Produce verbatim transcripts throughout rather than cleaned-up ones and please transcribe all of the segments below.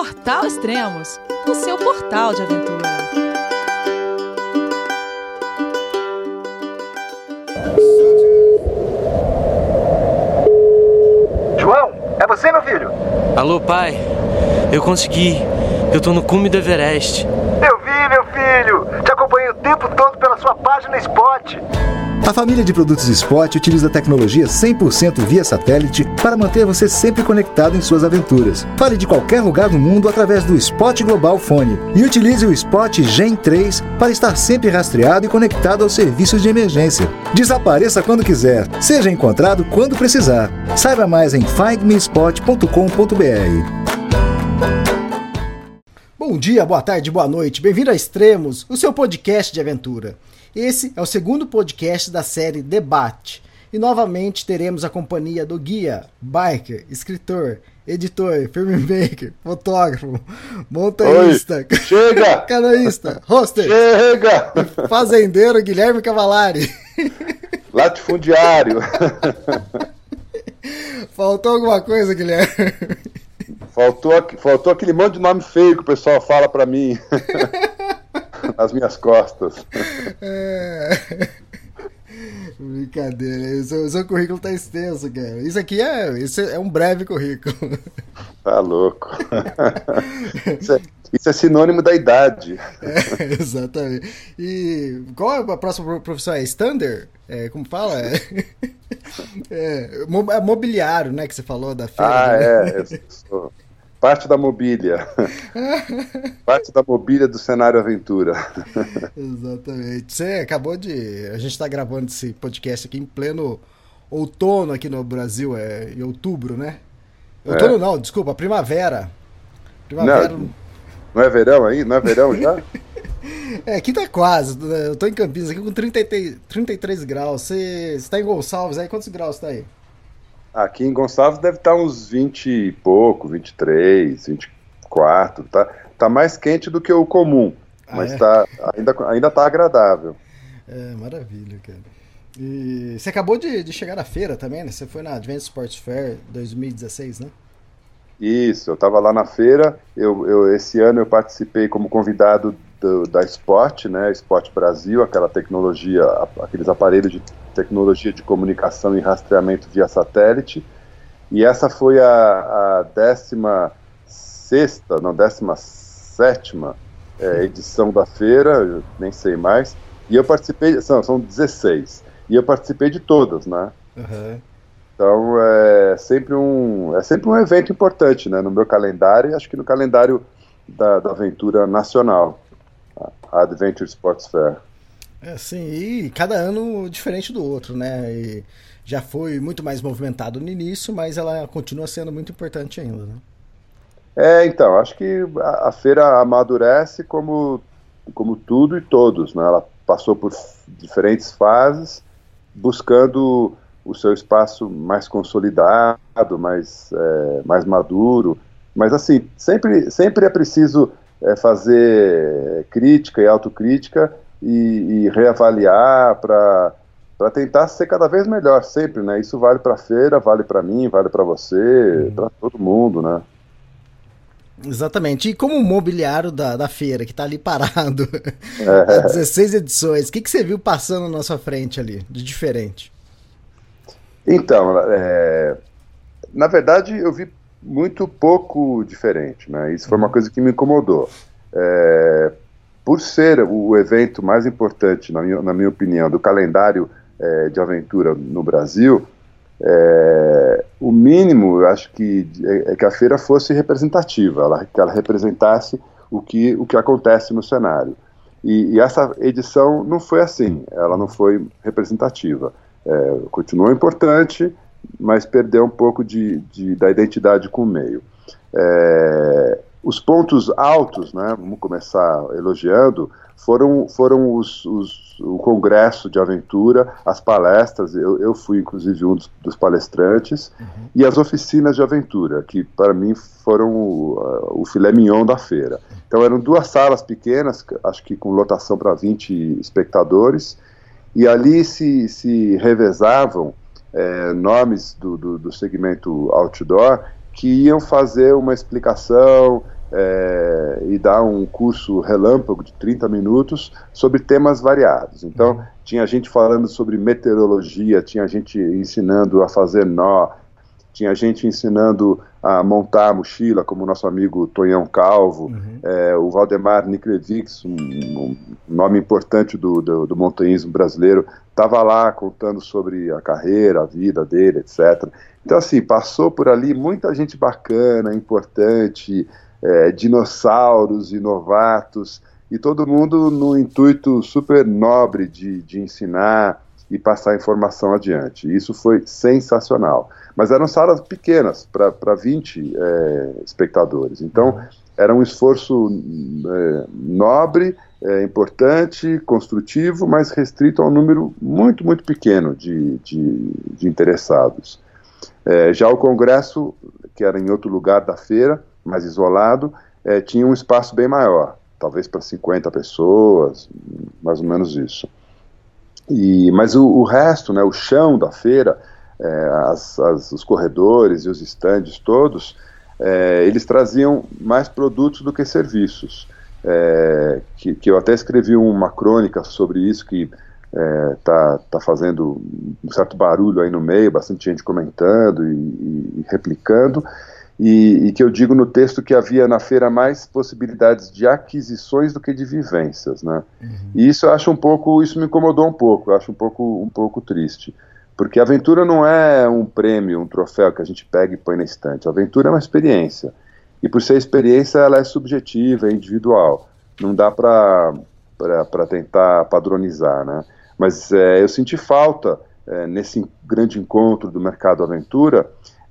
Portal Extremos, o seu portal de aventura. João, é você, meu filho? Alô, pai. Eu consegui. Eu tô no cume do Everest. Eu vi, meu filho. Te acompanhei o tempo todo pela sua página Spot. A família de produtos Spot utiliza tecnologia cem por cento via satélite para manter você sempre conectado em suas aventuras. Fale de qualquer lugar do mundo através do Spot Global Fone e utilize o Spot Gen três para estar sempre rastreado e conectado aos serviços de emergência. Desapareça quando quiser, seja encontrado quando precisar. Saiba mais em find me spot ponto com ponto b r. Bom dia, boa tarde, boa noite. Bem-vindo a Extremos, o seu podcast de aventura. Esse é o segundo podcast da série Debate. E novamente teremos a companhia do guia, biker, escritor, editor, filmmaker, fotógrafo, montanhista, Oi, chega! canoísta, hoster, chega! e fazendeiro Guilherme Cavalari. Latifundiário. Faltou alguma coisa, Guilherme? Faltou, faltou aquele monte de nome feio que o pessoal fala pra mim. Nas minhas costas. É... Brincadeira, o seu, o seu currículo tá extenso, cara. Isso aqui é, isso é um breve currículo. Tá louco. Isso é, isso é sinônimo da idade. É, exatamente. E qual é a próxima profissão? É Stander? É, como fala? É, é, é mobiliário, né, que você falou da feira. Ah, né? é. Eu sou parte da mobília. Parte da mobília do cenário aventura. Exatamente. Você acabou de... A gente tá gravando esse podcast aqui em pleno outono aqui no Brasil, é em outubro, né? Outono é. não, desculpa, primavera. Primavera... Não, não é verão aí? Não é verão já? É, aqui tá quase. Eu tô em Campinas aqui com trinta e três graus. Você, você tá em Gonçalves aí? Quantos graus tá aí? Aqui em Gonçalves deve estar uns vinte e pouco, vinte e três, vinte e quatro, tá, tá mais quente do que o comum, ah, mas é? tá, ainda, ainda tá agradável. É, maravilha, cara. E você acabou de, de chegar na feira também, né? Você foi na Advanced Sports Fair dois mil e dezesseis, né? Isso, eu tava lá na feira, eu, eu, esse ano eu participei como convidado do, da Spot, né, Spot Brasil, aquela tecnologia, aqueles aparelhos de tecnologia de comunicação e rastreamento via satélite, e essa foi a, a décima sexta, não, décima sétima é, edição da feira, eu nem sei mais, e eu participei, são, são dezesseis, e eu participei de todas, né? Uhum. Então é sempre um, é sempre um evento importante, né, no meu calendário, e acho que no calendário da, da aventura nacional, a Adventure Sports Fair. É, sim, e cada ano diferente do outro, né? E já foi muito mais movimentado no início, mas ela continua sendo muito importante ainda, né? É, então, acho que a, a feira amadurece como, como tudo e todos, né? Ela passou por diferentes fases, buscando o seu espaço mais consolidado, mais, é, mais maduro, mas assim, sempre, sempre é preciso é, fazer crítica e autocrítica e, e reavaliar para para tentar ser cada vez melhor, sempre, né? Isso vale para a feira, vale para mim, vale para você, uhum. para todo mundo, né? Exatamente. E como o mobiliário da, da feira, que está ali parado é. há dezesseis edições, o que, que você viu passando na sua frente ali, de diferente? Então, é, na verdade, eu vi muito pouco diferente, né? Isso foi uma coisa que me incomodou. É, por ser o evento mais importante, na minha, na minha opinião, do calendário é, de aventura no Brasil, é, o mínimo, eu acho que é, é que a feira fosse representativa, ela, que ela representasse o que, o que acontece no cenário. E, e essa edição não foi assim, ela não foi representativa. É, continuou importante, mas perdeu um pouco de, de, da identidade com o meio. É, os pontos altos, né, vamos começar elogiando, foram, foram os, os, o congresso de aventura, as palestras, eu, eu fui inclusive um dos, dos palestrantes, uhum. e as oficinas de aventura, que para mim foram o, o filé mignon da feira. Então eram duas salas pequenas, acho que com lotação para vinte espectadores, e ali se, se revezavam é, nomes do, do, do segmento outdoor que iam fazer uma explicação é, e dar um curso relâmpago de trinta minutos sobre temas variados. Então, uhum. tinha gente falando sobre meteorologia, tinha gente ensinando a fazer nó, tinha gente ensinando a montar a mochila, como o nosso amigo Tonhão Calvo, uhum. é, o Valdemar Niklevics, um, um nome importante do, do, do montanhismo brasileiro, estava lá contando sobre a carreira, a vida dele, etcétera. Então, assim, passou por ali muita gente bacana, importante, é, dinossauros e novatos, e todo mundo no intuito super nobre de, de ensinar e passar a informação adiante. Isso foi sensacional. Mas eram salas pequenas, para vinte é, espectadores. Então, era um esforço é, nobre, é, importante, construtivo, mas restrito a um número muito, muito pequeno de, de, de interessados. É, já o congresso, que era em outro lugar da feira, mais isolado, é, tinha um espaço bem maior, talvez para cinquenta pessoas, mais ou menos isso. E, mas o, o resto, né, o chão da feira, é, as, as, os corredores e os estandes todos, é, eles traziam mais produtos do que serviços. É, que, que eu até escrevi uma crônica sobre isso, que está é, tá fazendo um certo barulho aí no meio, bastante gente comentando e, e replicando, e, e que eu digo no texto que havia na feira mais possibilidades de aquisições do que de vivências, né? Uhum. E isso eu acho um pouco, isso me incomodou um pouco, eu acho um pouco, um pouco triste, porque a aventura não é um prêmio, um troféu que a gente pega e põe na estante. A aventura é uma experiência, e por ser experiência ela é subjetiva, é individual, não dá para para tentar padronizar, né? Mas é, eu senti falta é, nesse grande encontro do Mercado Aventura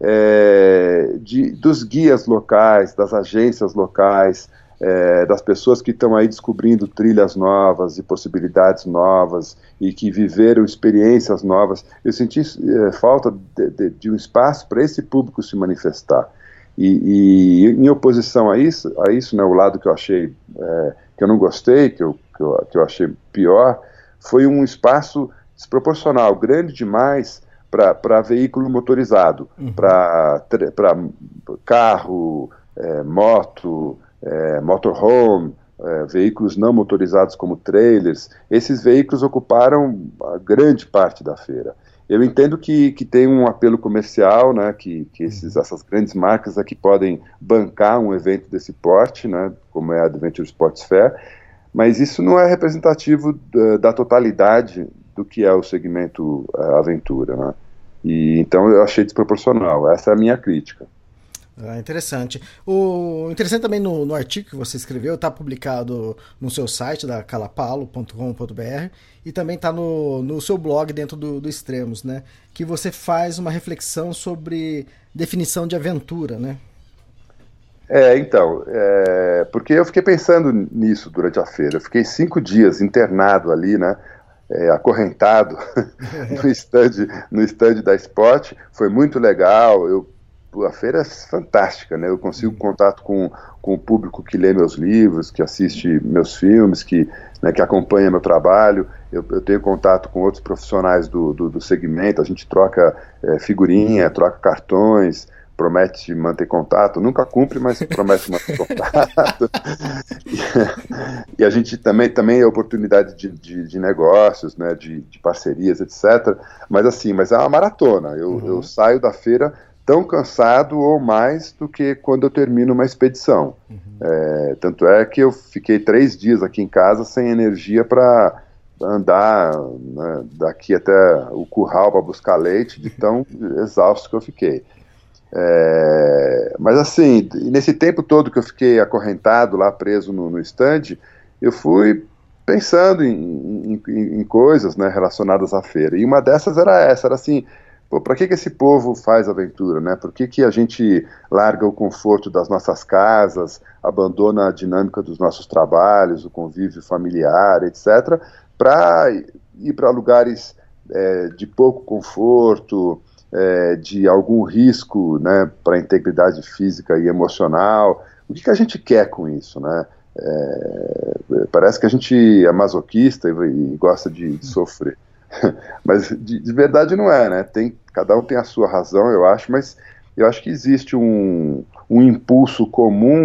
é, de, dos guias locais, das agências locais, é, das pessoas que estão aí descobrindo trilhas novas e possibilidades novas e que viveram experiências novas. Eu senti é, falta de, de, de um espaço para esse público se manifestar. E, e em oposição a isso, a isso, né, o lado que eu achei, é, que eu não gostei, que eu, que eu, que eu achei pior, foi um espaço desproporcional, grande demais para veículo motorizado, uhum. para carro, é, moto, é, motorhome, é, veículos não motorizados como trailers. Esses veículos ocuparam a grande parte da feira. Eu entendo que, que tem um apelo comercial, né, que, que esses, essas grandes marcas aqui podem bancar um evento desse porte, né, como é a Adventure Sports Fair, mas isso não é representativo da, da totalidade do que é o segmento uh, aventura, né? E, então eu achei desproporcional, essa é a minha crítica. Ah, interessante. O interessante também no, no artigo que você escreveu, está publicado no seu site da calapalo ponto com ponto b r e também está no, no seu blog dentro do, do Extremos, né? Que você faz uma reflexão sobre definição de aventura, né? É, então, é, porque eu fiquei pensando nisso durante a feira. Eu fiquei cinco dias internado ali, né? É, acorrentado no stand, no stand da Spot. Foi muito legal. Eu A feira é fantástica, né? Eu consigo contato com, com o público que lê meus livros, que assiste meus filmes, que, né, que acompanha meu trabalho. Eu, eu tenho contato com outros profissionais do, do, do segmento, a gente troca é, figurinha, troca cartões, promete manter contato, nunca cumpre, mas promete manter contato. E, e a gente também tem oportunidade de, de, de negócios, né, de, de parcerias, etcétera. Mas assim, mas é uma maratona. Eu, uhum. eu saio da feira tão cansado ou mais do que quando eu termino uma expedição. Uhum. É, tanto é que eu fiquei três dias aqui em casa sem energia para andar, né, daqui até o curral para buscar leite, de tão exausto que eu fiquei. É, mas assim, nesse tempo todo que eu fiquei acorrentado lá, preso no, no stand, eu fui pensando em, em, em coisas, né, relacionadas à feira. E uma dessas era essa, era assim, para que, que esse povo faz aventura, né? Por que, que a gente larga o conforto das nossas casas, abandona a dinâmica dos nossos trabalhos, o convívio familiar, etcétera, para ir para lugares é, de pouco conforto, é, de algum risco, né, para a integridade física e emocional? O que, que a gente quer com isso, né? É, parece que a gente é masoquista e, e gosta de, de sofrer. Mas de, de verdade não é, né? Tem, cada um tem a sua razão, eu acho, mas eu acho que existe um, um impulso comum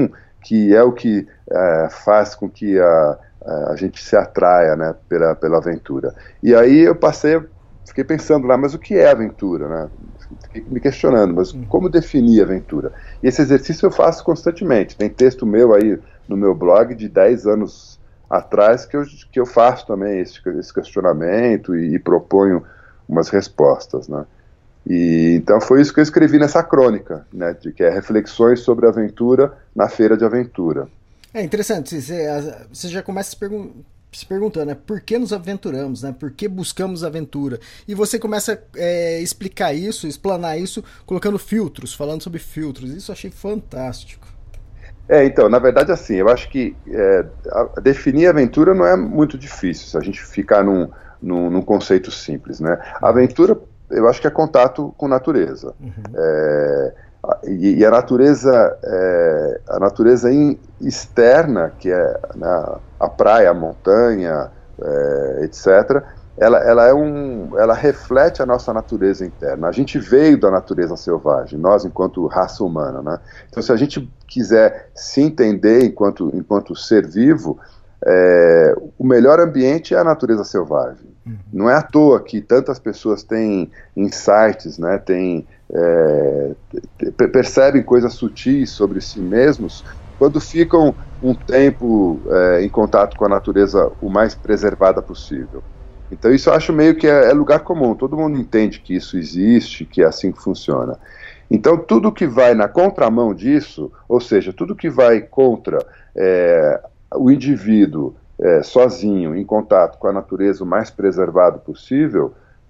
que é o que é, faz com que a, a gente se atraia, né, pela, pela aventura. E aí eu passei, fiquei pensando lá, mas o que é aventura, né? Fiquei me questionando, mas como definir aventura? E esse exercício eu faço constantemente. Tem texto meu aí no meu blog de dez anos atrás que eu, que eu faço também esse, esse questionamento e, e proponho umas respostas, né? E, então foi isso que eu escrevi nessa crônica, né, de, que é Reflexões sobre a Aventura na Feira de Aventura. É interessante, você, você já começa se, pergun se perguntando, né, por que nos aventuramos, né, por que buscamos aventura? E você começa a é, explicar isso, explanar isso, colocando filtros, falando sobre filtros. Isso eu achei fantástico. É, então, na verdade, assim, eu acho que é, a, definir aventura não é muito difícil, se a gente ficar num, num, num conceito simples, né? A aventura, eu acho que é contato com natureza. Uhum. É, e, e a natureza, é, a natureza in, externa, que é, né, a praia, a montanha, é, etcétera, ela, ela, é um, ela reflete a nossa natureza interna. A gente veio da natureza selvagem, nós enquanto raça humana, né? Então, se a gente quiser se entender enquanto, enquanto ser vivo, é, o melhor ambiente é a natureza selvagem. Uhum. Não é à toa que tantas pessoas têm insights, né, têm, é, percebem coisas sutis sobre si mesmos quando ficam um tempo é, em contato com a natureza o mais preservada possível. Então isso eu acho meio que é, é lugar comum, todo mundo entende que isso existe, que é assim que funciona. Então tudo que vai na contramão disso, ou seja, tudo que vai contra é, o indivíduo é, sozinho, em contato com a natureza o mais preservado possível,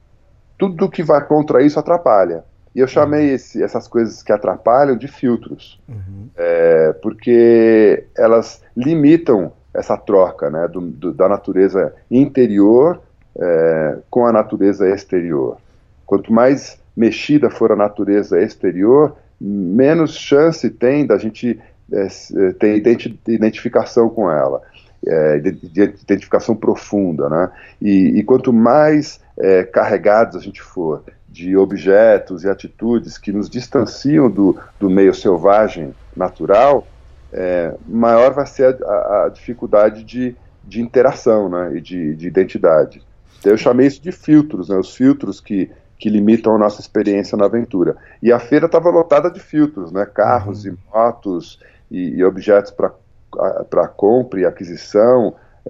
tudo que vai contra isso atrapalha. E eu chamei esse, essas coisas que atrapalham de filtros, uhum. é, porque elas limitam essa troca, né, do, do, da natureza interior é, com a natureza exterior. Quanto mais mexida for a natureza exterior, menos chance tem da gente é, ter identi identificação com ela, é, de, de identificação profunda, né? E, e quanto mais é, carregados a gente for de objetos e atitudes que nos distanciam do, do meio selvagem natural, é, maior vai ser a, a dificuldade de, de interação, né, e de, de identidade. Então eu chamei isso de filtros, né, os filtros que, que limitam a nossa experiência na aventura. E a feira estava lotada de filtros, né, carros uhum. e motos e, e objetos para compra e aquisição,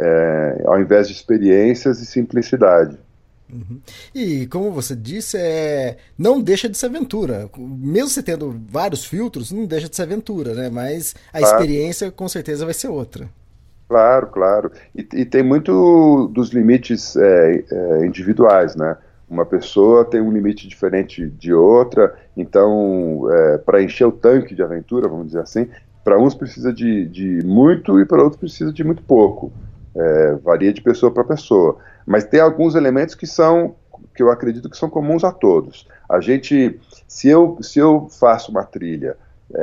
é, ao invés de experiências e simplicidade. Uhum. E como você disse, é... não deixa de ser aventura. Mesmo você tendo vários filtros, não deixa de ser aventura, né? Mas a claro. experiência com certeza vai ser outra. Claro, claro. E, e tem muito dos limites é, é, individuais, né? Uma pessoa tem um limite diferente de outra, então é, para encher o tanque de aventura, vamos dizer assim, para uns precisa de, de muito e para outros precisa de muito pouco. É, varia de pessoa para pessoa. Mas tem alguns elementos que são, que eu acredito que são comuns a todos. A gente, se eu, se eu faço uma trilha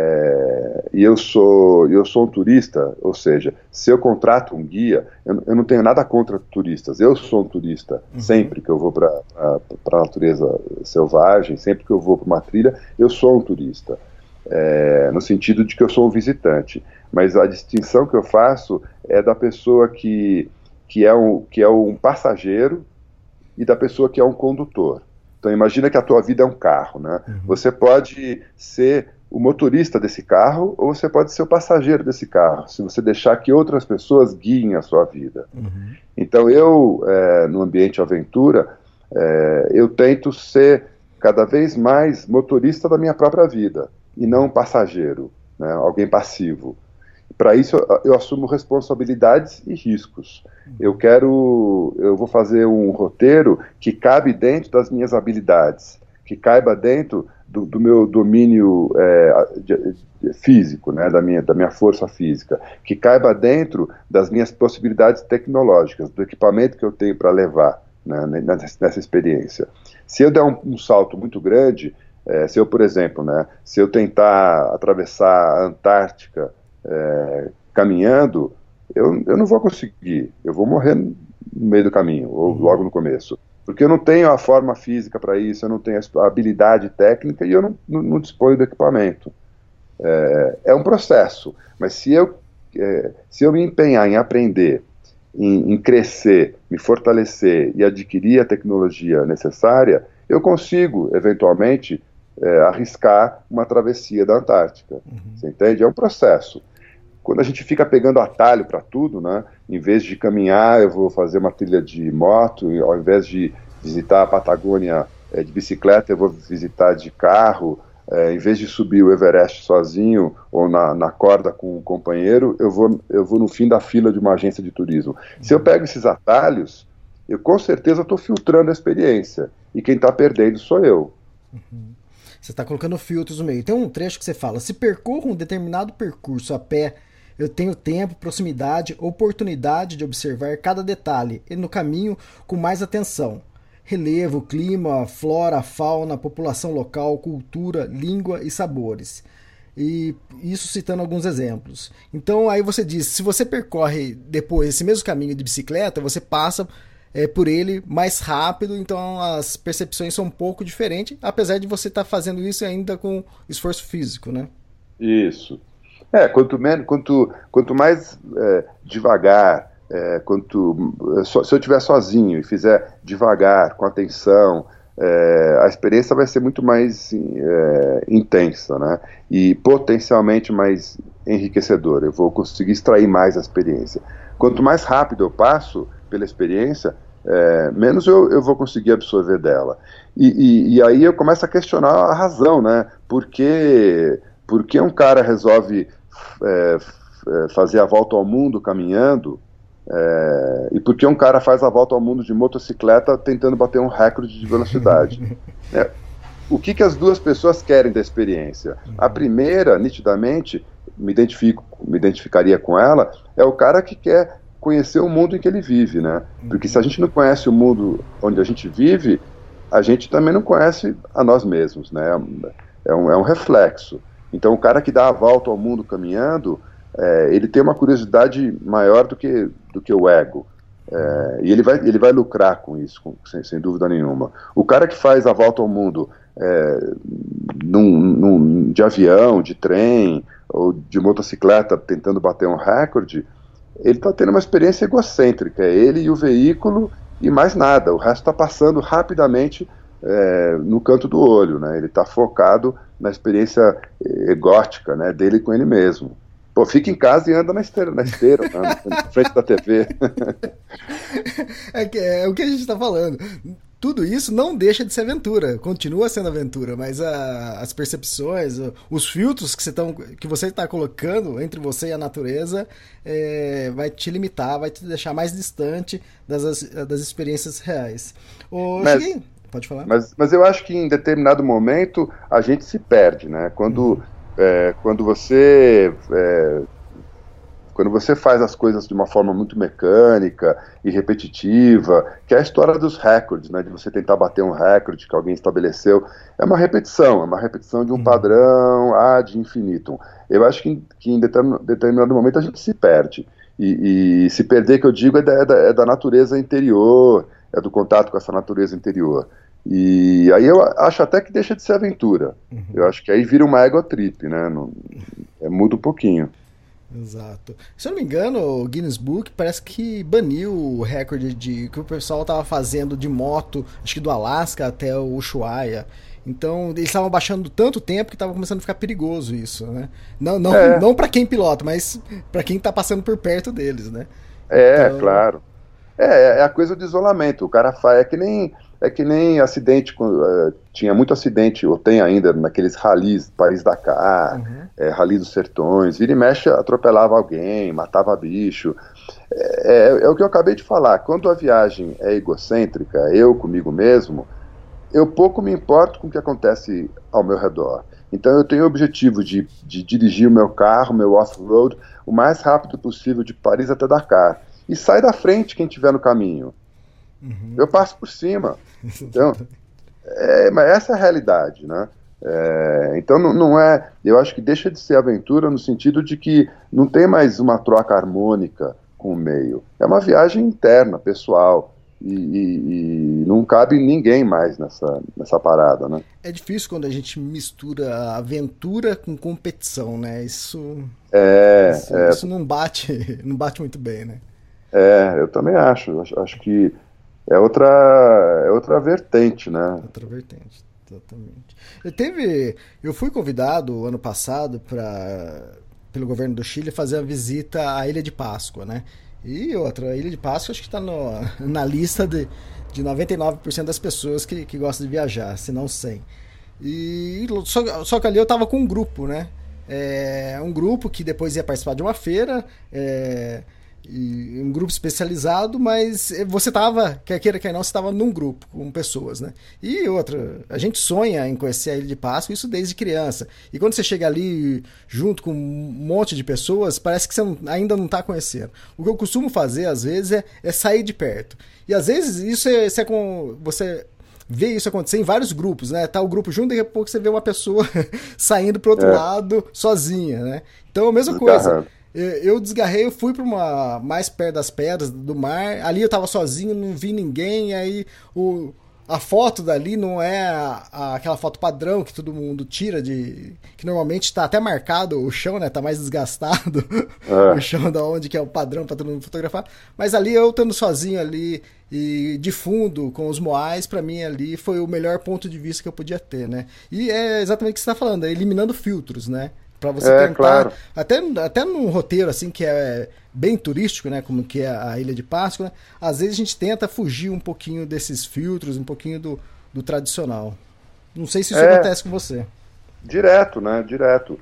é, e eu sou, eu sou um turista, ou seja, se eu contrato um guia, eu, eu não tenho nada contra turistas, eu sou um turista, uhum. sempre que eu vou para a natureza selvagem, sempre que eu vou para uma trilha, eu sou um turista, é, no sentido de que eu sou um visitante. Mas a distinção que eu faço é da pessoa que que é, um, que é um passageiro e da pessoa que é um condutor. Então imagina que a tua vida é um carro, né? Uhum. Você pode ser o motorista desse carro ou você pode ser o passageiro desse carro, se você deixar que outras pessoas guiem a sua vida. Uhum. Então eu, é, no ambiente aventura, é, eu tento ser cada vez mais motorista da minha própria vida e não um passageiro, né? Alguém passivo. Para isso eu, eu assumo responsabilidades e riscos. Eu quero, eu vou fazer um roteiro que cabe dentro das minhas habilidades, que caiba dentro do, do meu domínio é, de, de, físico, né, da minha, da minha força física, que caiba dentro das minhas possibilidades tecnológicas, do equipamento que eu tenho para levar, né, nessa, nessa experiência. Se eu der um, um salto muito grande, é, se eu, por exemplo, né, se eu tentar atravessar a Antártica É, caminhando, eu, eu não vou conseguir, eu vou morrer no meio do caminho, ou logo no começo, porque eu não tenho a forma física para isso, eu não tenho a habilidade técnica e eu não, não, não disponho do equipamento. É, é um processo, mas se eu, é, se eu me empenhar em aprender, em, em crescer, me fortalecer e adquirir a tecnologia necessária, eu consigo, eventualmente, é, arriscar uma travessia da Antártica. Uhum. Você entende? É um processo. Quando a gente fica pegando atalho para tudo, né, em vez de caminhar, eu vou fazer uma trilha de moto, ao invés de visitar a Patagônia é, de bicicleta, eu vou visitar de carro, é, em vez de subir o Everest sozinho ou na, na corda com um companheiro, eu vou, eu vou no fim da fila de uma agência de turismo. Uhum. Se eu pego esses atalhos, eu com certeza estou filtrando a experiência, e quem está perdendo sou eu. Uhum. Você está colocando filtros no meio. Tem um trecho que você fala: se percorro um determinado percurso a pé, eu tenho tempo, proximidade, oportunidade de observar cada detalhe e no caminho com mais atenção. Relevo, clima, flora, fauna, população local, cultura, língua e sabores. E isso citando alguns exemplos. Então aí você diz, se você percorre depois esse mesmo caminho de bicicleta, você passa é, por ele mais rápido, então as percepções são um pouco diferentes, apesar de você estar tá fazendo isso ainda com esforço físico, né? Isso. É, quanto, menos, quanto, quanto mais é, devagar, é, quanto, so, se eu estiver sozinho e fizer devagar, com atenção, é, a experiência vai ser muito mais é, intensa, né? E potencialmente mais enriquecedora. Eu vou conseguir extrair mais a experiência. Quanto mais rápido eu passo pela experiência, é, menos eu, eu vou conseguir absorver dela. E, e, e aí eu começo a questionar a razão, né? Por que, por que um cara resolve É, fazer a volta ao mundo caminhando, é, e por que um cara faz a volta ao mundo de motocicleta tentando bater um recorde de velocidade? É, o que, que as duas pessoas querem da experiência? A primeira, nitidamente, me, identifico, me identificaria com ela, é o cara que quer conhecer o mundo em que ele vive, né? Porque se a gente não conhece o mundo onde a gente vive, a gente também não conhece a nós mesmos, né? É um, é um reflexo. Então, o cara que dá a volta ao mundo caminhando, é, ele tem uma curiosidade maior do que, do que o ego. É, e ele vai, ele vai lucrar com isso, com, sem, sem dúvida nenhuma. O cara que faz a volta ao mundo é, num, num, de avião, de trem, ou de motocicleta, tentando bater um recorde, ele está tendo uma experiência egocêntrica. É ele e o veículo e mais nada. O resto está passando rapidamente É, no canto do olho, né? Ele está focado na experiência egótica, né, dele com ele mesmo. Pô, fica em casa e anda na esteira, na esteira, né, na frente da T V. É, que, é o que a gente está falando. Tudo isso não deixa de ser aventura, continua sendo aventura, mas a, as percepções, os filtros que você, tão, que você está colocando entre você e a natureza é, vai te limitar, vai te deixar mais distante das, das experiências reais. Ô, mas... Cheguei... Pode falar. Mas, mas eu acho que em determinado momento a gente se perde, né? Quando, uhum. é, quando você é, quando você faz as coisas de uma forma muito mecânica e repetitiva, que é a história dos recordes, né? De você tentar bater um recorde que alguém estabeleceu, é uma repetição, é uma repetição de um uhum. padrão ad infinitum. Eu acho que, que em determinado momento a gente se perde. E, e se perder, que eu digo, é da, é da, é da natureza interior, é do contato com essa natureza interior. E aí eu acho até que deixa de ser aventura. Uhum. Eu acho que aí vira uma egotrip, né? Não, é, muda um pouquinho. Exato. Se eu não me engano, o Guinness Book parece que baniu o recorde de que o pessoal estava fazendo de moto, acho que do Alasca até o Ushuaia. Então, eles estavam baixando tanto tempo que estava começando a ficar perigoso isso, né? Não, não, é. não para quem pilota, mas para quem está passando por perto deles, né? É, então... claro. É, é a coisa do isolamento. O cara faz, é que nem, é que nem acidente, uh, tinha muito acidente, ou tem ainda, naqueles ralis, Paris-Dakar, uhum. é, Rally dos Sertões, vira e mexe, atropelava alguém, matava bicho. É, é, é o que eu acabei de falar, quando a viagem é egocêntrica, eu comigo mesmo, eu pouco me importo com o que acontece ao meu redor. Então eu tenho o objetivo de, de dirigir o meu carro, meu off-road, o mais rápido possível de Paris até Dakar. E sai da frente quem estiver no caminho. Uhum. Eu passo por cima. Então, é, mas essa é a realidade, né? É, então não, não é... Eu acho que deixa de ser aventura no sentido de que não tem mais uma troca harmônica com o meio. É uma viagem interna, pessoal. E, e, e não cabe ninguém mais nessa, nessa parada, né? É difícil quando a gente mistura aventura com competição, né? Isso, é, isso, é, isso não bate, não bate muito bem, né? É, eu também acho. Acho, acho que é outra, é outra vertente, né? Outra vertente, exatamente. Eu, teve, eu fui convidado ano passado pra, pelo governo do Chile fazer a visita à Ilha de Páscoa, né? E outra, a Ilha de Páscoa acho que está na lista de, de noventa e nove por cento das pessoas que, que gostam de viajar, se não cem por cento. E só, só que ali eu estava com um grupo, né? É, um grupo que depois ia participar de uma feira, é, e um grupo especializado, mas você estava, quer queira, quer não, você estava num grupo com pessoas, né? E outra, a gente sonha em conhecer a Ilha de Páscoa, isso desde criança. E quando você chega ali junto com um monte de pessoas, parece que você não, ainda não está conhecendo. O que eu costumo fazer, às vezes, é, é sair de perto. E às vezes isso é, isso é com você vê isso acontecer em vários grupos, né? Tá o grupo junto, daqui a pouco você vê uma pessoa saindo pro outro é. lado sozinha, né? Então, a mesma coisa. Eu desgarrei, eu fui para uma mais perto das pedras do mar. Ali eu tava sozinho, não vi ninguém. Aí o, a foto dali não é a, a, aquela foto padrão que todo mundo tira de que normalmente tá até marcado o chão, né? Tá mais desgastado é. o chão da onde que é o padrão para todo mundo fotografar. Mas ali eu estando sozinho ali e de fundo com os moais, para mim ali foi o melhor ponto de vista que eu podia ter, né? E é exatamente o que você tá falando, é eliminando filtros, né? Para você é, tentar, claro. até, até num roteiro assim que é bem turístico, né, como que é a Ilha de Páscoa, né, às vezes a gente tenta fugir um pouquinho desses filtros, um pouquinho do, do tradicional. Não sei se isso é, acontece com você. Direto, né, direto.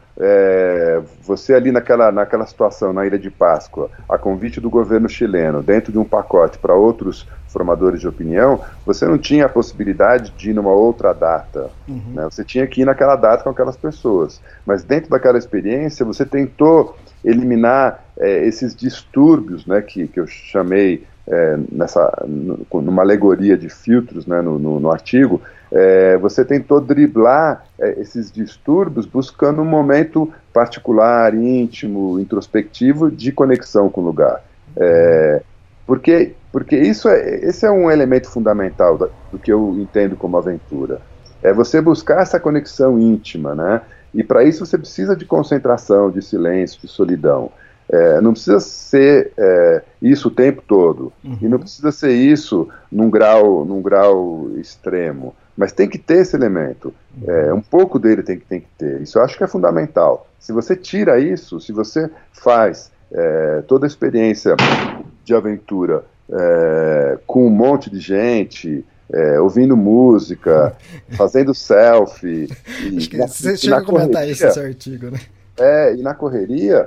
É, você ali naquela, naquela situação, na Ilha de Páscoa, a convite do governo chileno, dentro de um pacote para outros formadores de opinião, você não tinha a possibilidade de ir numa outra data, uhum. né? Você tinha que ir naquela data com aquelas pessoas, mas dentro daquela experiência você tentou eliminar é, esses distúrbios, né, que, que eu chamei é, nessa, numa alegoria de filtros, né, no, no, no artigo. É, você tentou driblar é, esses distúrbios buscando um momento particular, íntimo, introspectivo de conexão com o lugar. É, porque porque isso é, esse é um elemento fundamental da, do que eu entendo como aventura. É você buscar essa conexão íntima, né? E para isso você precisa de concentração, de silêncio, de solidão. É, não precisa ser é, isso o tempo todo. Uhum. E não precisa ser isso num grau, num grau extremo. Mas tem que ter esse elemento. É, um pouco dele tem que, tem que ter. Isso eu acho que é fundamental. Se você tira isso, se você faz é, toda a experiência de aventura é, com um monte de gente, é, ouvindo música, fazendo selfie... E, acho que na, você chega a comentar isso nesse artigo, né? É, e na correria...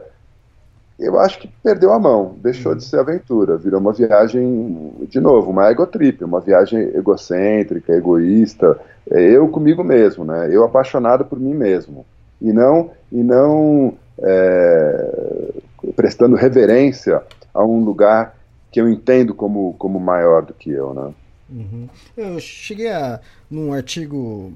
eu acho que perdeu a mão, deixou uhum. de ser aventura, virou uma viagem, de novo, uma egotrip, uma viagem egocêntrica, egoísta, eu comigo mesmo, né? Eu apaixonado por mim mesmo, e não, e não é, prestando reverência a um lugar que eu entendo como, como maior do que eu, né? Uhum. Eu cheguei a, num artigo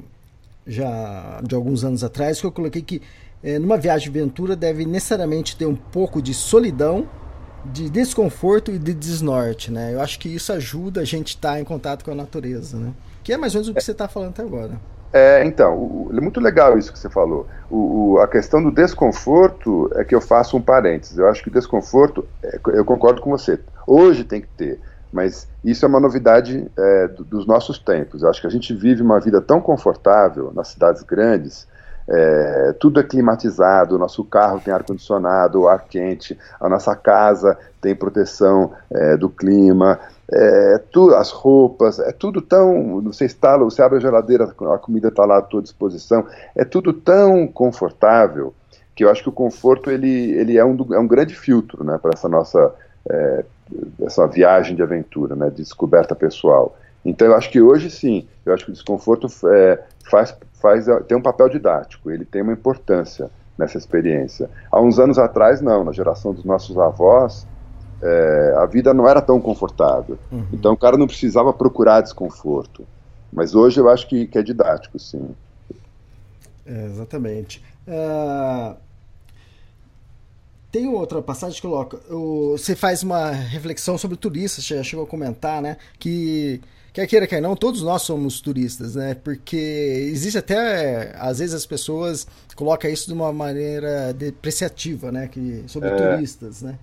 já de alguns anos atrás, que eu coloquei que É, numa viagem de aventura deve necessariamente ter um pouco de solidão, de desconforto e de desnorte, né? Eu acho que isso ajuda a gente a estar em contato com a natureza, né? Que é mais ou menos o que você está falando até agora. É, então, o, é muito legal isso que você falou. O, o, a questão do desconforto é que eu faço um parênteses. Eu acho que desconforto, é, eu concordo com você, hoje tem que ter, mas isso é uma novidade é, do, dos nossos tempos. Eu acho que a gente vive uma vida tão confortável nas cidades grandes. É, tudo é climatizado, o nosso carro tem ar-condicionado, ar quente, a nossa casa tem proteção é, do clima, é, tu, as roupas, é tudo tão, você instala, você abre a geladeira, a comida está lá à tua disposição, é tudo tão confortável, que eu acho que o conforto ele, ele é, um, é um grande filtro, né, para essa nossa é, essa viagem de aventura, né, de descoberta pessoal. Então eu acho que hoje sim, eu acho que o desconforto é, faz, faz, tem um papel didático, ele tem uma importância nessa experiência. Há uns anos atrás não, na geração dos nossos avós, é, a vida não era tão confortável, uhum. Então o cara não precisava procurar desconforto, mas hoje eu acho que, que é didático, sim. É, exatamente. Uh... Tem outra passagem que coloca, o, você faz uma reflexão sobre turistas, você já chegou a comentar, né, que quer queira, quer não, todos nós somos turistas, né, porque existe até, às vezes as pessoas colocam isso de uma maneira depreciativa, né, que, sobre é. turistas, né.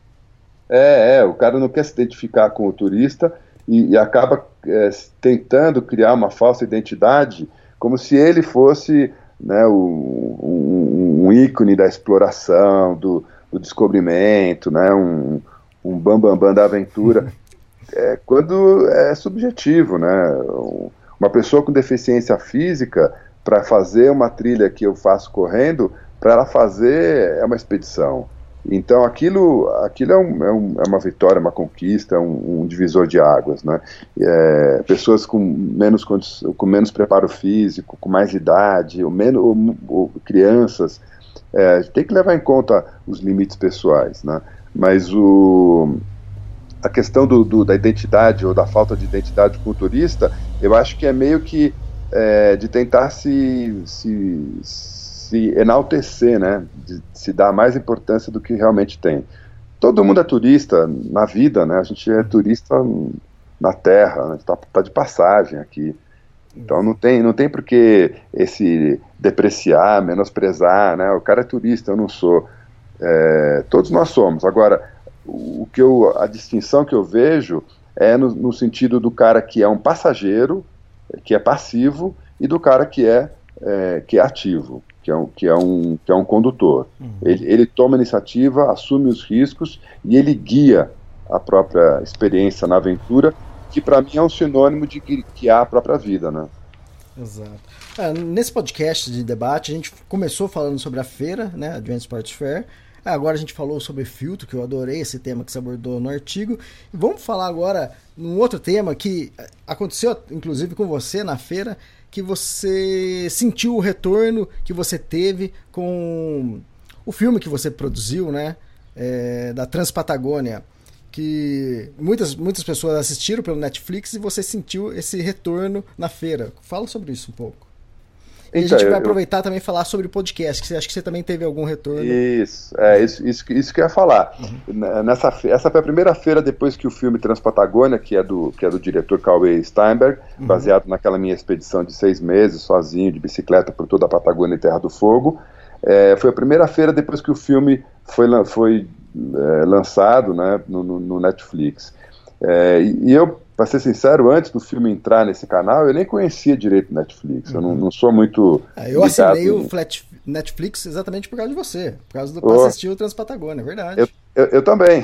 É, é, o cara não quer se identificar com o turista e, e acaba é, tentando criar uma falsa identidade, como se ele fosse, né, o, um, um ícone da exploração, do, do descobrimento, né, um, um bambambam bam, bam da aventura, é, quando é subjetivo, né, uma pessoa com deficiência física, para fazer uma trilha que eu faço correndo, para ela fazer é uma expedição. Então aquilo, aquilo é, um, é, um, é uma vitória, uma conquista, um, um divisor de águas, né? É, pessoas com menos, com menos preparo físico, com mais idade, ou, menos, ou, ou crianças, é, tem que levar em conta os limites pessoais, né? Mas o, a questão do, do, da identidade ou da falta de identidade culturista, eu acho que é meio que é, de tentar se... se se enaltecer, né, de se dar mais importância do que realmente tem. Todo mundo é turista na vida, né, a gente é turista na terra, né, tá, tá de passagem aqui, então não tem, não tem por que esse depreciar, menosprezar, né, o cara é turista, eu não sou, é, todos nós somos. Agora, o que eu, a distinção que eu vejo é no, no sentido do cara que é um passageiro, que é passivo, e do cara que é, é, que é ativo. Que é, um, que, é um, que é um condutor. Uhum. Ele, ele toma iniciativa, assume os riscos e ele guia a própria experiência na aventura, que para mim é um sinônimo de guiar a própria vida, né? Exato. É, nesse podcast de debate, a gente começou falando sobre a feira, né, Advent Sports Fair. Agora a gente falou sobre filtro, que eu adorei esse tema que você abordou no artigo. E vamos falar agora num outro tema que aconteceu, inclusive, com você na feira, que você sentiu o retorno que você teve com o filme que você produziu, né, é, da Transpatagônia, que muitas, muitas pessoas assistiram pelo Netflix e você sentiu esse retorno na feira. Fala sobre isso um pouco. E então, a gente vai eu, aproveitar eu... também e falar sobre o podcast, que você acha que você também teve algum retorno. Isso, é isso, isso, isso que eu ia falar. Uhum. Nessa, essa foi a primeira feira depois que o filme Transpatagônia, que é do, que é do diretor Cauê Steinberg, uhum. baseado naquela minha expedição de seis meses, sozinho, de bicicleta por toda a Patagônia e Terra do Fogo. É, foi a primeira feira depois que o filme foi, foi é, lançado, né, no, no, no Netflix. É, e, e eu, para ser sincero, antes do filme entrar nesse canal, eu nem conhecia direito o Netflix, uhum. eu não, não sou muito... É, eu assinei o Flat Netflix exatamente por causa de você, por causa do oh. para assistir o Transpatagônia, é verdade. Eu, eu, eu também.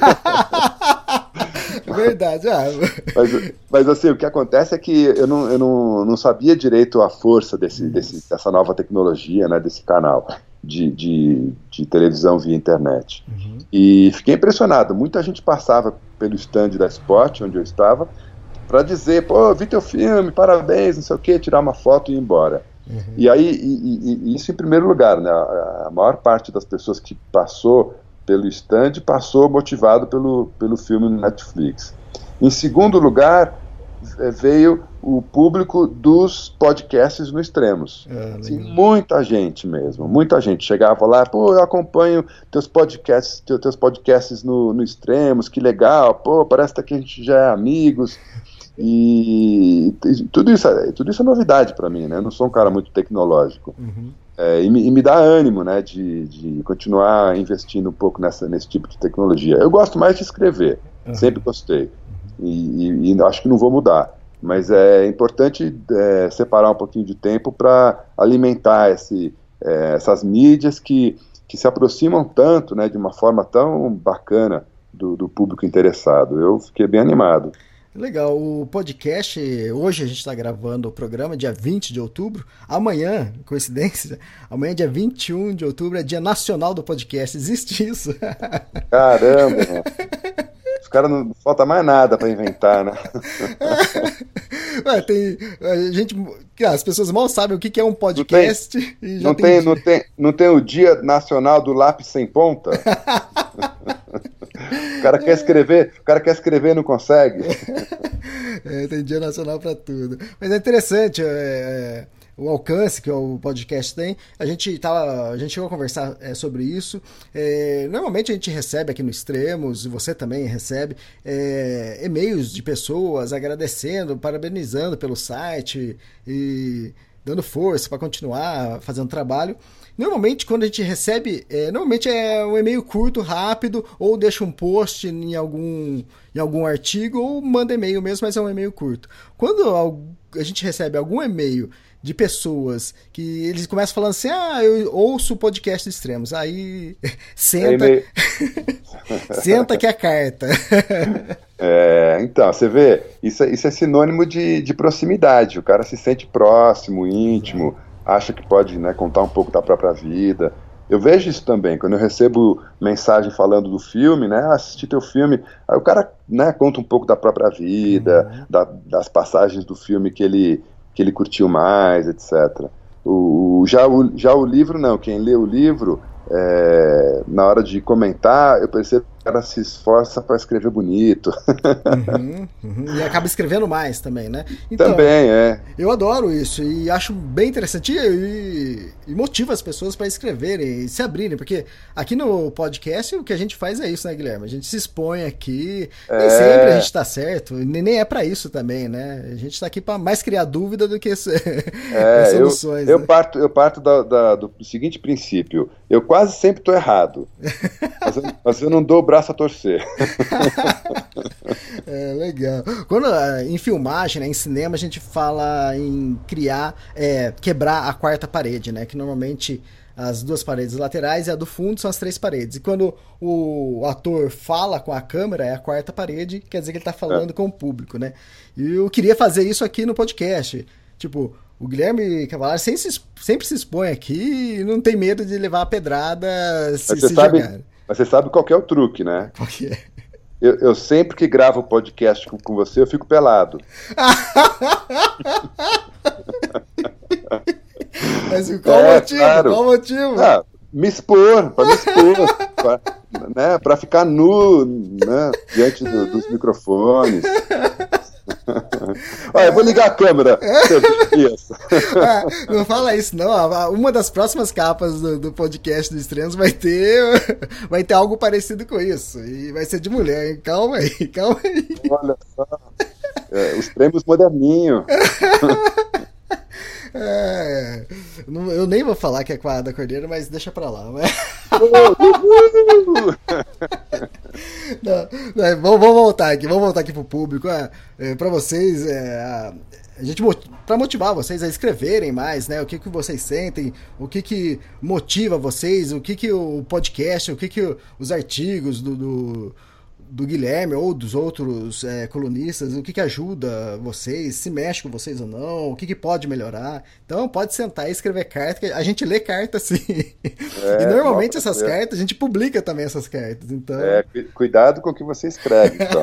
Verdade, ah. mas, mas assim, o que acontece é que eu não, eu não, não sabia direito a força desse, desse, dessa nova tecnologia, né, desse canal de, de, de televisão via internet. Uhum. E fiquei impressionado, muita gente passava pelo stand da Spot, onde eu estava, para dizer, pô, vi teu filme, parabéns, não sei o que, tirar uma foto e ir embora. Uhum. E aí, e, e, isso em primeiro lugar, né, a, a maior parte das pessoas que passou pelo stand passou motivado pelo, pelo filme no Netflix. Em segundo lugar, veio o público dos podcasts no Extremos. É, assim, muita gente mesmo, muita gente chegava lá, pô, eu acompanho teus podcasts, teus, teus podcasts no, no Extremos, que legal, pô, parece que a gente já é amigos. E, e tudo, isso, tudo isso é novidade para mim, né? Eu não sou um cara muito tecnológico. Uhum. É, e, me, e me dá ânimo, né, de, de continuar investindo um pouco nessa, nesse tipo de tecnologia. Eu gosto mais de escrever, uhum. sempre gostei, uhum. e, e, e acho que não vou mudar, mas é importante é, separar um pouquinho de tempo para alimentar esse, é, essas mídias que, que se aproximam tanto, né, de uma forma tão bacana do, do público interessado. Eu fiquei bem animado. Legal, o podcast, hoje a gente está gravando o programa, dia vinte de outubro, amanhã, coincidência, amanhã dia vinte e um de outubro é dia nacional do podcast, existe isso? Caramba, os caras não falta mais nada para inventar, né? Ué, tem, a gente, as pessoas mal sabem o que é um podcast. Não tem, e já não, tem, tem, não, tem, não tem o dia nacional do lápis sem ponta? O cara quer escrever, o cara quer escrever e não consegue. É, tem dia nacional para tudo. Mas é interessante, é, o alcance que o podcast tem. A gente, tava, a gente chegou a conversar é, sobre isso. É, normalmente a gente recebe aqui no Extremos, e você também recebe, é, e-mails de pessoas agradecendo, parabenizando pelo site e dando força para continuar fazendo trabalho. Normalmente, quando a gente recebe, é, normalmente é um e-mail curto, rápido, ou deixa um post em algum, em algum artigo, ou manda e-mail mesmo, mas é um e-mail curto. Quando a gente recebe algum e-mail de pessoas que eles começam falando assim, ah, eu ouço o podcast Extremos, aí senta, senta que é a carta. É, então, você vê, isso, isso é sinônimo de, de proximidade, o cara se sente próximo, íntimo, acha que pode, né, contar um pouco da própria vida. Eu vejo isso também, quando eu recebo mensagem falando do filme, né, ah, assisti teu filme, aí o cara, né, conta um pouco da própria vida, uhum. da, das passagens do filme que ele, que ele curtiu mais, etcétera. O, já, o, já o livro não, quem lê o livro, é, na hora de comentar, eu percebo que o cara se esforça para escrever bonito. Uhum, uhum. E acaba escrevendo mais também, né? Então, também, é. Eu adoro isso e acho bem interessante e, e motiva as pessoas para escreverem e se abrirem, porque aqui no podcast o que a gente faz é isso, né, Guilherme? A gente se expõe aqui, é... nem sempre a gente tá certo, nem é para isso também, né? A gente tá aqui para mais criar dúvida do que é, soluções. Eu, eu né? parto, eu parto da, da, do seguinte princípio, eu quase sempre tô errado, mas, eu, mas eu não dou o braço a torcer. É, legal. Quando em filmagem, né, em cinema, a gente fala em criar, é, quebrar a quarta parede, né? Que normalmente as duas paredes laterais e a do fundo são as três paredes. E quando o ator fala com a câmera, é a quarta parede, quer dizer que ele tá falando é. com o público, né? E eu queria fazer isso aqui no podcast. Tipo, o Guilherme Cavalari sempre se, sempre se expõe aqui e não tem medo de levar a pedrada se, mas você se sabe, jogar. Mas você sabe qual que é o truque, né? Qual que é? Eu, eu sempre que gravo podcast com, com você, eu fico pelado. Mas qual é, motivo? Claro. Qual motivo? Ah, me expor, para me expor, pra, né, para ficar nu, né, diante do, dos microfones. Olha, eu vou ligar a câmera. Ah, não fala isso, não. Uma das próximas capas do, do podcast do Extremos vai ter, vai ter algo parecido com isso. E vai ser de mulher, hein? Calma aí, calma aí. Olha só. É, os prêmios moderninhos. É, eu nem vou falar que é com a Ada Cordeiro, mas deixa pra lá. Mas... não, não, vamos, vamos voltar aqui, vamos voltar aqui pro público. É, é, pra vocês, é, a, a gente, pra motivar vocês a escreverem mais, né? O que, que vocês sentem, o que, que motiva vocês, o que, que o podcast, o que, que os artigos do. do do Guilherme ou dos outros é, colunistas, o que que ajuda vocês, se mexe com vocês ou não, o que que pode melhorar. Então pode sentar e escrever carta, que a gente lê carta sim. É, e normalmente nossa, essas é. cartas, a gente publica também essas cartas. Então... É, cuidado com o que você escreve, então.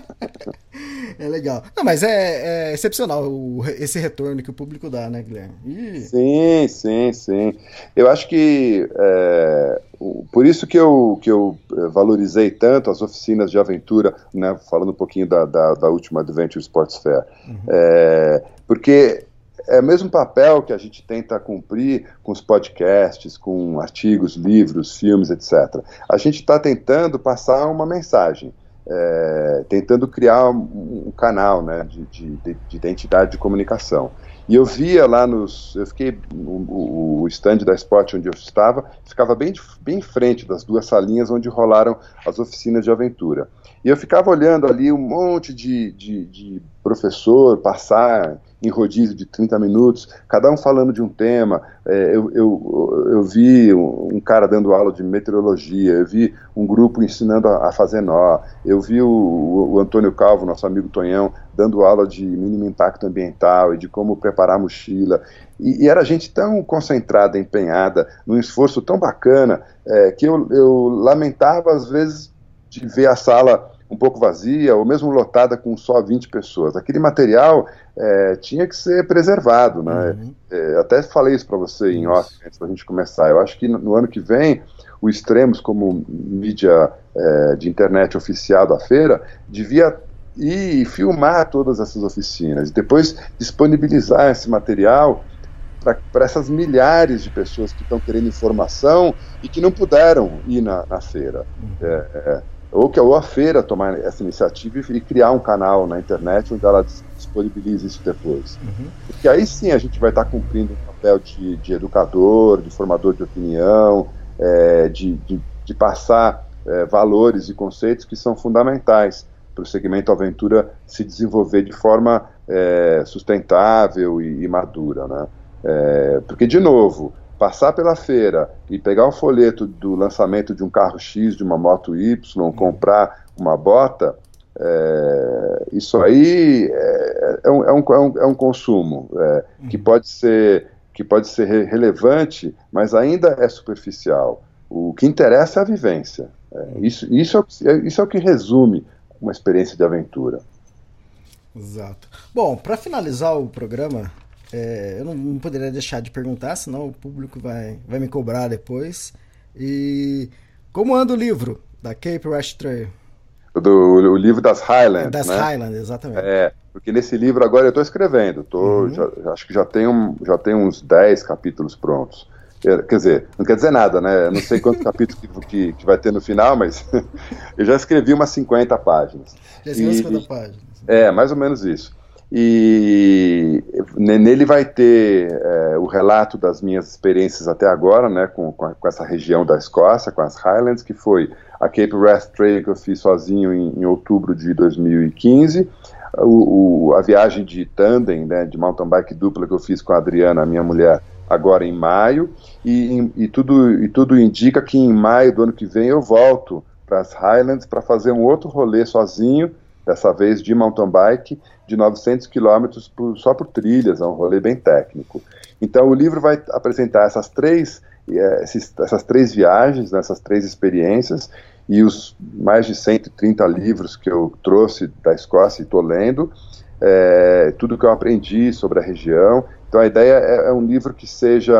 É legal. Não, mas é, é excepcional o, esse retorno que o público dá, né, Guilherme? Ih. Sim, sim, sim. Eu acho que é, por isso que eu, que eu valorizei tanto as oficinas de aventura, né, falando um pouquinho da, da, da última Adventure Sports Fair, uhum. é, porque é o mesmo papel que a gente tenta cumprir com os podcasts, com artigos, livros, filmes, etcétera. A gente está tentando passar uma mensagem. É, tentando criar um, um canal, né, de, de, de identidade de comunicação. E eu via lá nos... Eu fiquei... O, o stand da Spot onde eu estava ficava bem, bem em frente das duas salinhas onde rolaram as oficinas de aventura. E eu ficava olhando ali um monte de, de, de professor passar em rodízio de trinta minutos, cada um falando de um tema. É, eu, eu, eu vi um, um cara dando aula de meteorologia, eu vi um grupo ensinando a, a fazer nó, eu vi o, o, o Antônio Calvo, nosso amigo Tonhão, dando aula de mínimo impacto ambiental e de como preparar a mochila. E, e era gente tão concentrada, empenhada, num esforço tão bacana, é, que eu, eu lamentava às vezes de ver a sala um pouco vazia, ou mesmo lotada com só vinte pessoas. Aquele material é, tinha que ser preservado, né? Uhum. É, até falei isso para você em off, antes da gente começar. Eu acho que no, no ano que vem, o Extremos, como mídia é, de internet oficial da feira, devia ir filmar todas essas oficinas, e depois disponibilizar esse material para essas milhares de pessoas que estão querendo informação e que não puderam ir na, na feira. Uhum. É, é, ou que ou a feira tomar essa iniciativa e, e criar um canal na internet onde ela disponibilize isso depois. Uhum. Porque aí sim a gente vai estar cumprindo um papel de, de educador, de formador de opinião, é, de, de, de passar é, valores e conceitos que são fundamentais para o segmento aventura se desenvolver de forma é, sustentável e, e madura, né? É, porque, de novo, passar pela feira e pegar o folheto do lançamento de um carro X, de uma moto Y, comprar uma bota, é, isso aí é, é, um, é, um, é um consumo é, que pode ser, que pode ser re- relevante, mas ainda é superficial. O que interessa é a vivência. É, isso, isso, é o que, isso é o que resume uma experiência de aventura. Exato. Bom, para finalizar o programa, é, eu não, não poderia deixar de perguntar, senão o público vai, vai me cobrar depois. E como anda o livro da Cape Wrath Trail? Do, o livro das Highlands, Das né? Highlands, exatamente. É, porque nesse livro agora eu estou escrevendo, tô, uhum. já, acho que já tem, um, já tem uns dez capítulos prontos. Quer dizer, não quer dizer nada, né? Não sei quantos capítulos que, que, que vai ter no final, mas eu já escrevi umas cinquenta páginas. Já escreveu cinquenta páginas. É, mais ou menos isso. E nele vai ter é, o relato das minhas experiências até agora, né, com, com, a, com essa região da Escócia, com as Highlands, que foi a Cape Wrath Trail que eu fiz sozinho em, em outubro de dois mil e quinze, o, o, a viagem de tandem, né, de mountain bike dupla que eu fiz com a Adriana, a minha mulher, agora em maio, e, e, tudo, e tudo indica que em maio do ano que vem eu volto para as Highlands para fazer um outro rolê sozinho, dessa vez de mountain bike, de novecentos quilômetros por, só por trilhas, é um rolê bem técnico. Então o livro vai apresentar essas três, é, esses, essas três viagens, né, essas três experiências, e os mais de cento e trinta livros que eu trouxe da Escócia e estou lendo, é, tudo que eu aprendi sobre a região. Então a ideia é, é um livro que seja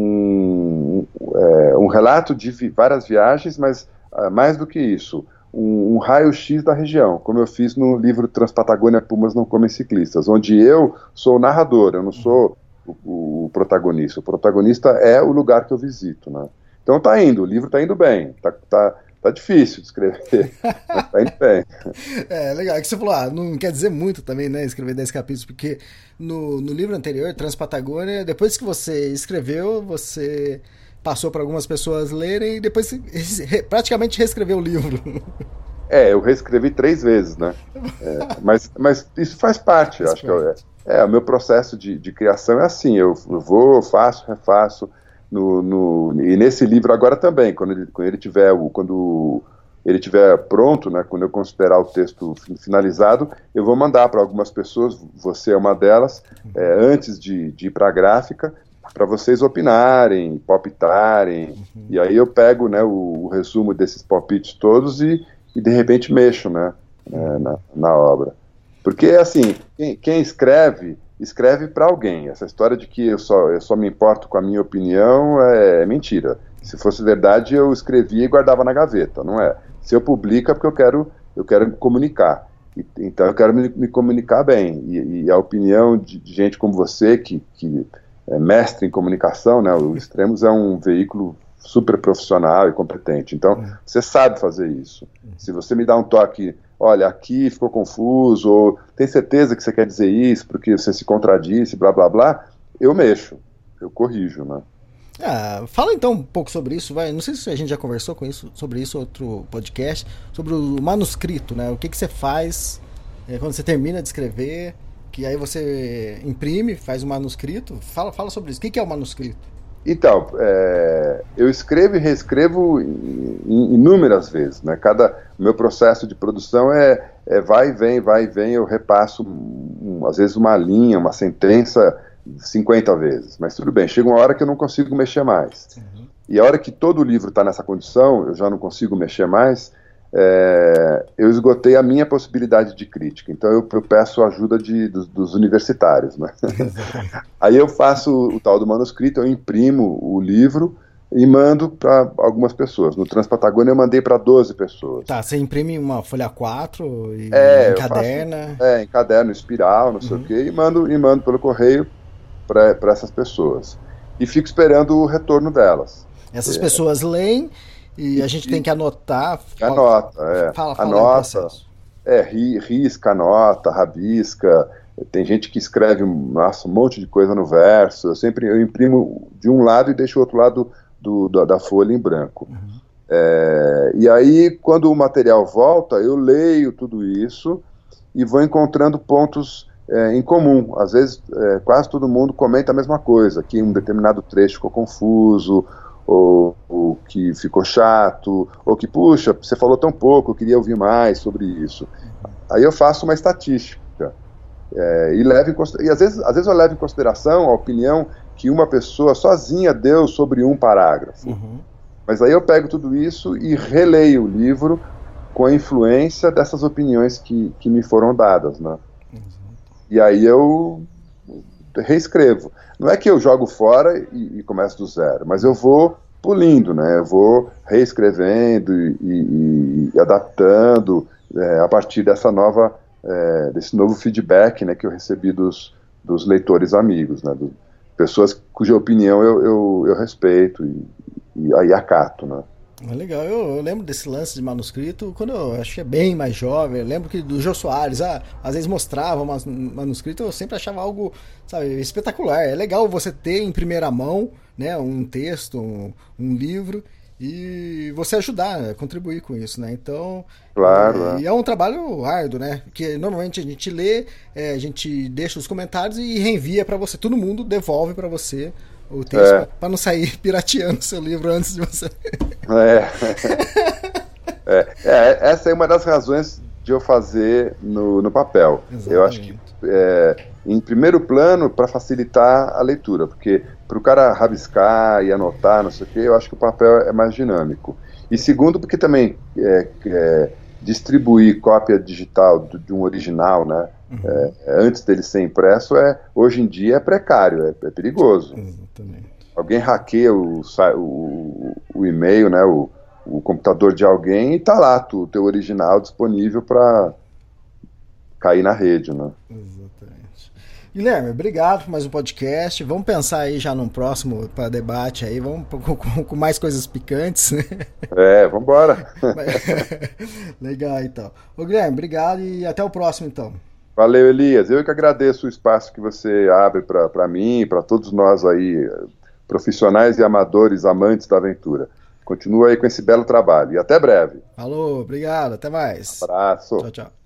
um, é, um relato de vi- várias viagens, mas uh, mais do que isso, um, um raio-x da região, como eu fiz no livro Transpatagônia Pumas Não Comem Ciclistas, onde eu sou o narrador, eu não sou o, o protagonista. O protagonista é o lugar que eu visito, né? Então tá indo, o livro tá indo bem, tá, tá, tá difícil de escrever, mas tá indo bem. É, legal, é que você falou, ah, não quer dizer muito também, né, escrever dez capítulos, porque no, no livro anterior, Transpatagônia, depois que você escreveu, você passou para algumas pessoas lerem e depois re, praticamente reescreveu o livro. É, eu reescrevi três vezes, né? É, mas, mas isso faz parte, faz acho parte. que é, é, o meu processo de, de criação é assim, eu, eu vou, faço, refaço, no, no, e nesse livro agora também, quando ele, quando ele tiver, quando ele tiver pronto, né, quando eu considerar o texto finalizado, eu vou mandar para algumas pessoas, você é uma delas, é, antes de, de ir para a gráfica, para vocês opinarem, palpitarem, uhum. e aí eu pego, né, o, o resumo desses palpites todos e, e de repente mexo, né, é, na, na obra. Porque, assim, quem, quem escreve, escreve para alguém. Essa história de que eu só, eu só me importo com a minha opinião é, é mentira. Se fosse verdade, eu escrevia e guardava na gaveta, não é? Se eu publico é porque eu quero, eu quero comunicar. E, então eu quero me, me comunicar bem. E, e a opinião de, de gente como você, que... que é mestre em comunicação, né? O Extremos é um veículo super profissional e competente, então uhum. você sabe fazer isso. Uhum. Se você me dá um toque, olha, aqui ficou confuso, ou tem certeza que você quer dizer isso, porque você se contradisse, blá blá blá, eu mexo, eu corrijo, né? Ah, fala então um pouco sobre isso, vai. Não sei se a gente já conversou com isso, sobre isso em outro podcast, sobre o manuscrito, né? O que, que você faz é, quando você termina de escrever, que aí você imprime, faz um manuscrito. Fala, fala sobre isso. O que é o manuscrito? Então, é, eu escrevo e reescrevo inúmeras vezes, né? Cada, o meu processo de produção é, é vai e vem, vai e vem, eu repasso, um, às vezes, uma linha, uma sentença, cinquenta vezes. Mas tudo bem, chega uma hora que eu não consigo mexer mais. Uhum. E a hora que todo o livro está nessa condição, eu já não consigo mexer mais, É, eu esgotei a minha possibilidade de crítica, então eu, eu peço ajuda de, dos, dos universitários, né? Aí eu faço o, o tal do manuscrito, eu imprimo o livro e mando para algumas pessoas. No Transpatagônia eu mandei para doze pessoas. Tá, você imprime uma folha quatro e é, encaderna? Faço, é, encaderno, espiral, não sei uhum. o que, e mando, e mando pelo correio para essas pessoas. E fico esperando o retorno delas. Essas é. pessoas leem e a gente tem que anotar. Anota, é. Fala, fala anota, é, ri, risca, anota, rabisca. Tem gente que escreve nossa, um monte de coisa no verso. Eu sempre eu imprimo de um lado e deixo o outro lado do, do, da folha em branco. Uhum. É, e aí, quando o material volta, eu leio tudo isso e vou encontrando pontos é, em comum. Às vezes, é, quase todo mundo comenta a mesma coisa, que um determinado trecho ficou confuso, ou, ou que ficou chato, ou que, puxa, você falou tão pouco, eu queria ouvir mais sobre isso. Aí eu faço uma estatística. É, e, levo em, e às, vezes, às vezes eu levo em consideração a opinião que uma pessoa sozinha deu sobre um parágrafo. Uhum. Mas aí eu pego tudo isso e releio o livro com a influência dessas opiniões que, que me foram dadas, né? Uhum. E aí eu reescrevo. Não é que eu jogo fora e, e começo do zero, mas eu vou pulindo, né? Eu vou reescrevendo e, e, e adaptando é, a partir dessa nova É, desse novo feedback, né, que eu recebi dos, dos leitores amigos, né, do, pessoas cuja opinião eu, eu, eu respeito e, e aí acato, né. Legal, eu, eu lembro desse lance de manuscrito quando eu achei bem mais jovem. Eu lembro que do Jô Soares, ah, às vezes mostrava um manuscrito, eu sempre achava algo, sabe, espetacular. É legal você ter em primeira mão, né, um texto, um, um livro, e você ajudar, contribuir com isso, né? Então, claro, é, e é um trabalho árduo, né? Porque normalmente a gente lê, é, a gente deixa os comentários e reenvia para você. Todo mundo devolve para você o texto é. para não sair pirateando o seu livro antes de você. É. é. é. Essa é uma das razões de eu fazer no, no papel. Exatamente. Eu acho que é, em primeiro plano para facilitar a leitura, porque para o cara rabiscar e anotar, não sei o que, eu acho que o papel é mais dinâmico. E segundo, porque também é, é, distribuir cópia digital de, de um original, né, uhum. é, antes dele ser impresso, é, hoje em dia é precário, é, é perigoso. Exatamente. Alguém hackeia o, o, o e-mail, né, o, o computador de alguém e está lá o teu original disponível para cair na rede, né? Exatamente. Guilherme, obrigado por mais um podcast. Vamos pensar aí já num próximo para debate aí, vamos com, com, com mais coisas picantes, né? É, vamos embora. Legal, então. Ô, Guilherme, obrigado e até o próximo, então. Valeu, Elias. Eu que agradeço o espaço que você abre para mim, para todos nós aí, profissionais e amadores, amantes da aventura. Continua aí com esse belo trabalho e até breve. Falou, obrigado, até mais. Um abraço. Tchau, tchau.